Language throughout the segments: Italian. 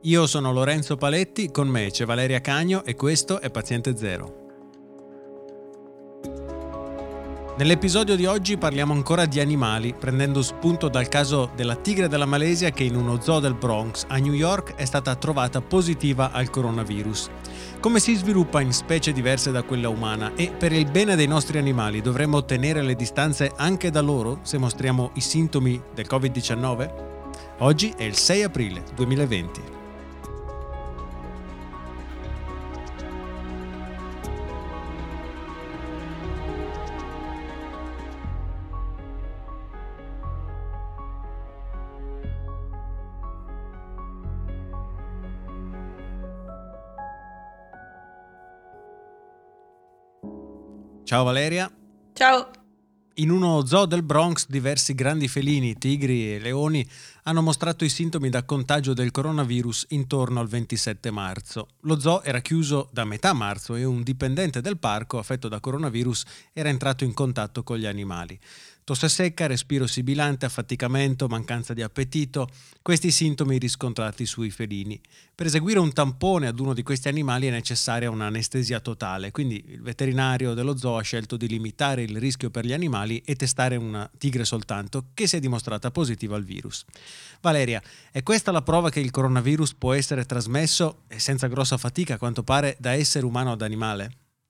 Io sono Lorenzo Paletti, con me c'è Valeria Cagno e questo è Paziente Zero. Nell'episodio di oggi parliamo ancora di animali, prendendo spunto dal caso della tigre della Malesia che in uno zoo del Bronx a New York è stata trovata positiva al coronavirus. Come si sviluppa in specie diverse da quella umana e per il bene dei nostri animali dovremmo tenere le distanze anche da loro se mostriamo i sintomi del Covid-19? Oggi è il 6 aprile 2020. Ciao Valeria. Ciao. In uno zoo del Bronx diversi grandi felini, tigri e leoni hanno mostrato i sintomi da contagio del coronavirus intorno al 27 marzo. Lo zoo era chiuso da metà marzo e un dipendente del parco affetto da coronavirus era entrato in contatto con gli animali. Tosse secca, respiro sibilante, affaticamento, mancanza di appetito, questi sintomi riscontrati sui felini. Per eseguire un tampone ad uno di questi animali è necessaria un'anestesia totale, quindi il veterinario dello zoo ha scelto di limitare il rischio per gli animali e testare una tigre soltanto, che si è dimostrata positiva al virus. Valeria, è questa la prova che il coronavirus può essere trasmesso, e senza grossa fatica a quanto pare, da essere umano ad animale?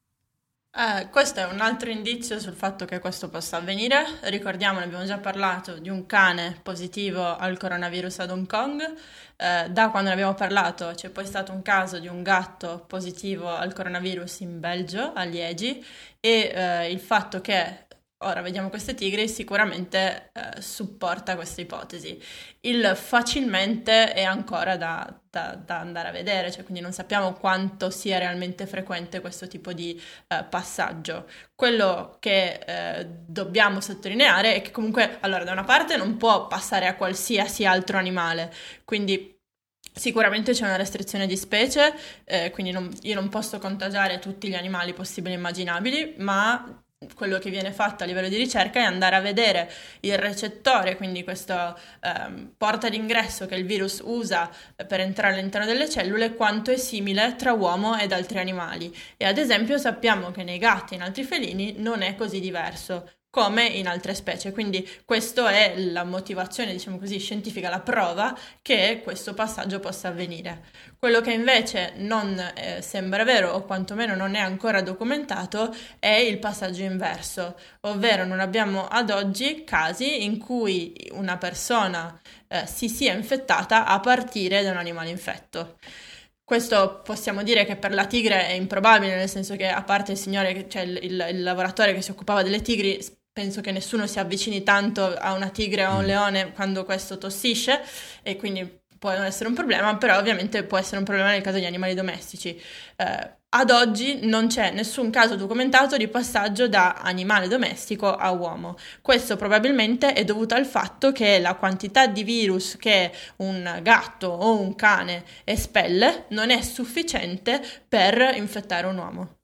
Questo è un altro indizio sul fatto che questo possa avvenire. Ricordiamo, ne abbiamo già parlato, di un cane positivo al coronavirus ad Hong Kong. Da quando ne abbiamo parlato c'è poi stato un caso di un gatto positivo al coronavirus in Belgio, a Liegi, e il fatto che ora vediamo queste tigri sicuramente supporta questa ipotesi. Il facilmente è ancora da andare a vedere, cioè quindi non sappiamo quanto sia realmente frequente questo tipo di passaggio. Quello che dobbiamo sottolineare è che comunque, allora, da una parte non può passare a qualsiasi altro animale, quindi sicuramente c'è una restrizione di specie, quindi io non posso contagiare tutti gli animali possibili e immaginabili, ma quello che viene fatto a livello di ricerca è andare a vedere il recettore, quindi questa porta d'ingresso che il virus usa per entrare all'interno delle cellule, quanto è simile tra uomo ed altri animali. E ad esempio sappiamo che nei gatti e in altri felini non è così diverso come in altre specie, quindi questa è la motivazione, diciamo così, scientifica, la prova che questo passaggio possa avvenire. Quello che invece non sembra vero, o quantomeno non è ancora documentato, è il passaggio inverso, ovvero non abbiamo ad oggi casi in cui una persona si sia infettata a partire da un animale infetto. Questo possiamo dire che per la tigre è improbabile, nel senso che a parte il signore, cioè il lavoratore che si occupava delle tigri, penso che nessuno si avvicini tanto a una tigre o a un leone quando questo tossisce, e quindi può essere un problema, però ovviamente può essere un problema nel caso di animali domestici. Ad oggi non c'è nessun caso documentato di passaggio da animale domestico a uomo. Questo probabilmente è dovuto al fatto che la quantità di virus che un gatto o un cane espelle non è sufficiente per infettare un uomo.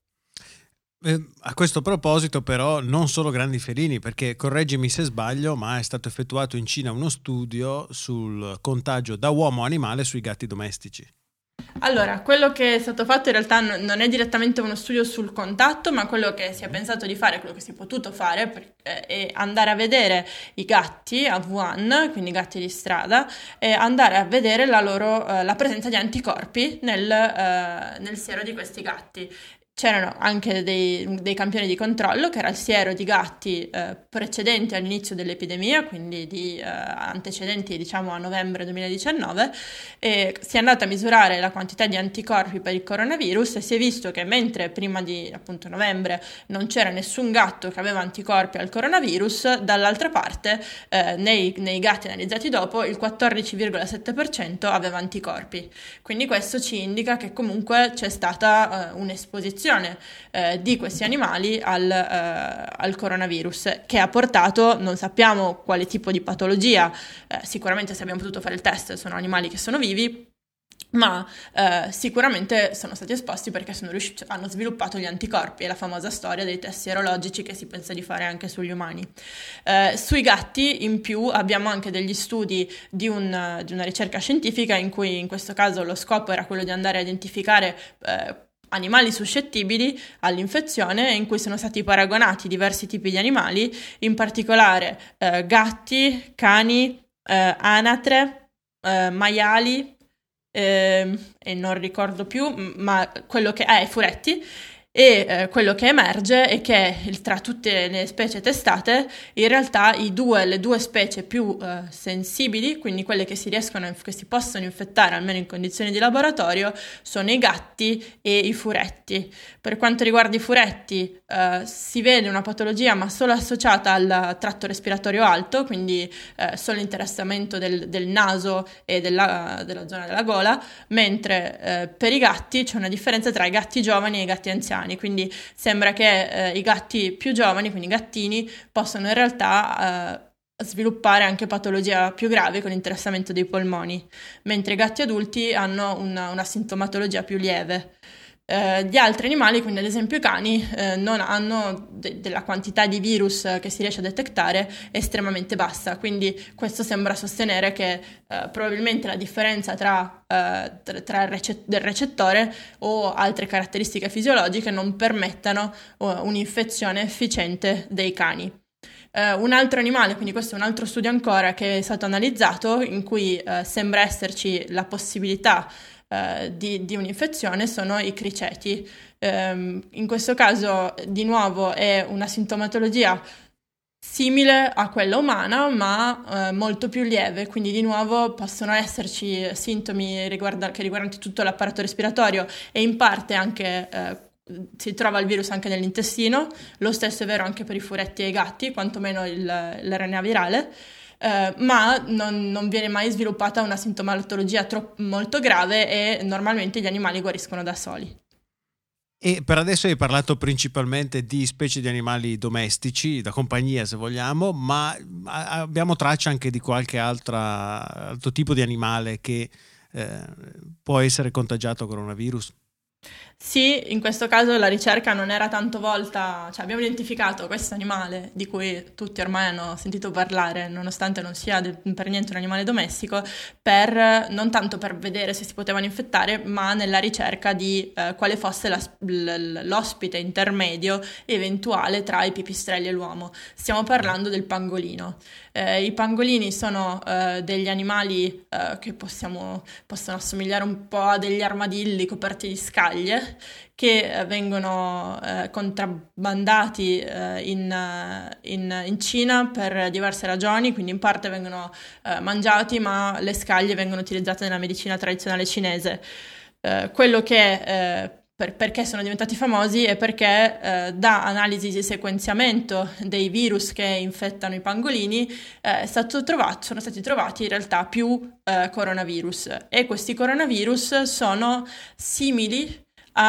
A questo proposito però non solo grandi felini, perché correggimi se sbaglio, ma è stato effettuato in Cina uno studio sul contagio da uomo a animale sui gatti domestici. Allora, quello che è stato fatto in realtà non è direttamente uno studio sul contatto, ma quello che si è pensato di fare, quello che si è potuto fare, è andare a vedere i gatti a Wuhan, quindi gatti di strada, e andare a vedere la presenza di anticorpi nel siero di questi gatti. C'erano anche dei campioni di controllo, che era il siero di gatti precedenti all'inizio dell'epidemia, quindi di antecedenti diciamo a novembre 2019, e si è andata a misurare la quantità di anticorpi per il coronavirus e si è visto che mentre prima di appunto novembre non c'era nessun gatto che aveva anticorpi al coronavirus, dall'altra parte nei gatti analizzati dopo il 14,7% aveva anticorpi. Quindi questo ci indica che comunque c'è stata un'esposizione di questi animali al coronavirus, che ha portato, non sappiamo quale tipo di patologia, sicuramente se abbiamo potuto fare il test sono animali che sono vivi, ma sicuramente sono stati esposti perché hanno sviluppato gli anticorpi, è la famosa storia dei test sierologici che si pensa di fare anche sugli umani. Sui gatti in più abbiamo anche degli studi di una ricerca scientifica in cui in questo caso lo scopo era quello di andare a identificare animali suscettibili all'infezione, in cui sono stati paragonati diversi tipi di animali, in particolare gatti, cani, anatre, maiali, e non ricordo più, ma quello che è furetti. E quello che emerge è che tra tutte le specie testate, in realtà le due specie più sensibili, quindi quelle che che si possono infettare almeno in condizioni di laboratorio, sono i gatti e i furetti. Per quanto riguarda i furetti, si vede una patologia ma solo associata al tratto respiratorio alto, quindi solo interessamento del naso e della zona della gola, mentre per i gatti c'è una differenza tra i gatti giovani e i gatti anziani. Quindi sembra che i gatti più giovani, quindi i gattini, possono in realtà sviluppare anche patologia più grave con interessamento dei polmoni, mentre i gatti adulti hanno una sintomatologia più lieve. Gli altri animali, quindi ad esempio i cani, non hanno della quantità di virus che si riesce a detectare estremamente bassa, quindi questo sembra sostenere che probabilmente la differenza tra del recettore o altre caratteristiche fisiologiche non permettano un'infezione efficiente dei cani. Un altro animale, quindi questo è un altro studio ancora che è stato analizzato, in cui sembra esserci la possibilità di un'infezione, sono i criceti. In questo caso di nuovo è una sintomatologia simile a quella umana ma molto più lieve, quindi di nuovo possono esserci sintomi che riguardanti tutto l'apparato respiratorio e in parte anche si trova il virus anche nell'intestino. Lo stesso è vero anche per i furetti e i gatti, quantomeno l'RNA virale. Ma non viene mai sviluppata una sintomatologia molto grave e normalmente gli animali guariscono da soli. E per adesso hai parlato principalmente di specie di animali domestici, da compagnia se vogliamo, ma abbiamo traccia anche di qualche altro tipo di animale che può essere contagiato a coronavirus? Sì, in questo caso la ricerca non era tanto volta, cioè abbiamo identificato questo animale di cui tutti ormai hanno sentito parlare, nonostante non sia per niente un animale domestico, non tanto per vedere se si potevano infettare, ma nella ricerca di quale fosse l'ospite intermedio eventuale tra i pipistrelli e l'uomo. Stiamo parlando del pangolino. I pangolini sono degli animali che possono assomigliare un po' a degli armadilli coperti di scaglie, che vengono contrabbandati in Cina per diverse ragioni, quindi in parte vengono mangiati, ma le scaglie vengono utilizzate nella medicina tradizionale cinese. Quello che perché sono diventati famosi è perché da analisi di sequenziamento dei virus che infettano i pangolini sono stati trovati in realtà più coronavirus, e questi coronavirus sono simili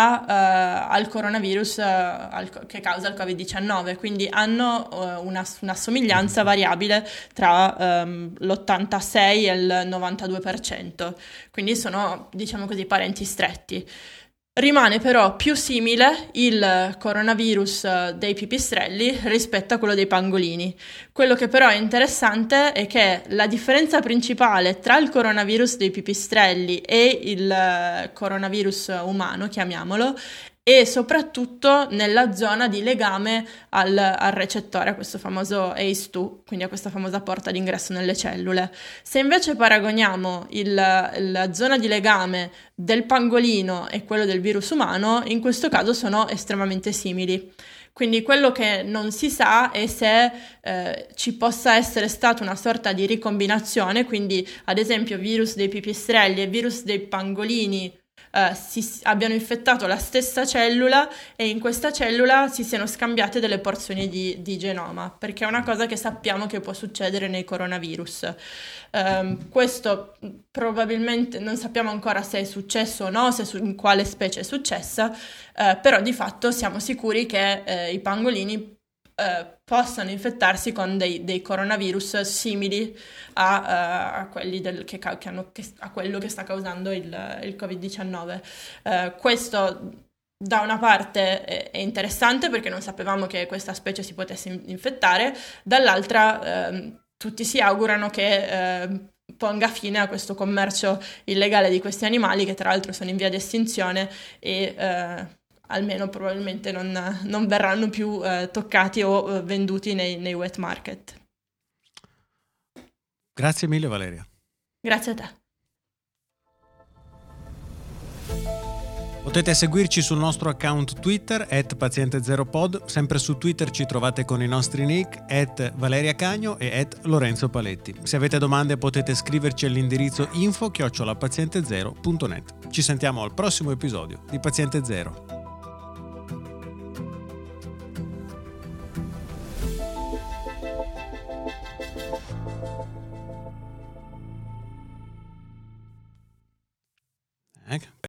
al coronavirus che causa il Covid-19, quindi hanno una somiglianza variabile tra l'86 e il 92%, quindi sono, diciamo così, parenti stretti. Rimane però più simile il coronavirus dei pipistrelli rispetto a quello dei pangolini. Quello che però è interessante è che la differenza principale tra il coronavirus dei pipistrelli e il coronavirus umano, chiamiamolo, e soprattutto nella zona di legame al recettore, a questo famoso ACE2, quindi a questa famosa porta d'ingresso nelle cellule. Se invece paragoniamo la zona di legame del pangolino e quello del virus umano, in questo caso sono estremamente simili. Quindi quello che non si sa è se ci possa essere stata una sorta di ricombinazione, quindi ad esempio virus dei pipistrelli e virus dei pangolini abbiano infettato la stessa cellula e in questa cellula si siano scambiate delle porzioni di genoma, perché è una cosa che sappiamo che può succedere nei coronavirus. Questo probabilmente non sappiamo ancora se è successo o no, in quale specie è successa, però di fatto siamo sicuri che i pangolini possano infettarsi con dei coronavirus simili a quelli a quello che sta causando il Covid-19. Questo da una parte è interessante perché non sapevamo che questa specie si potesse infettare, dall'altra tutti si augurano che ponga fine a questo commercio illegale di questi animali, che tra l'altro sono in via di estinzione e almeno probabilmente non verranno più toccati o venduti nei wet market. Grazie mille Valeria. Grazie a te. Potete seguirci sul nostro account Twitter @paziente0pod, sempre su Twitter ci trovate con i nostri nick @Valeria Cagno e @Lorenzo Paletti. Se avete domande potete scriverci all'indirizzo info@paziente0.net. Ci sentiamo al prossimo episodio di Paziente Zero.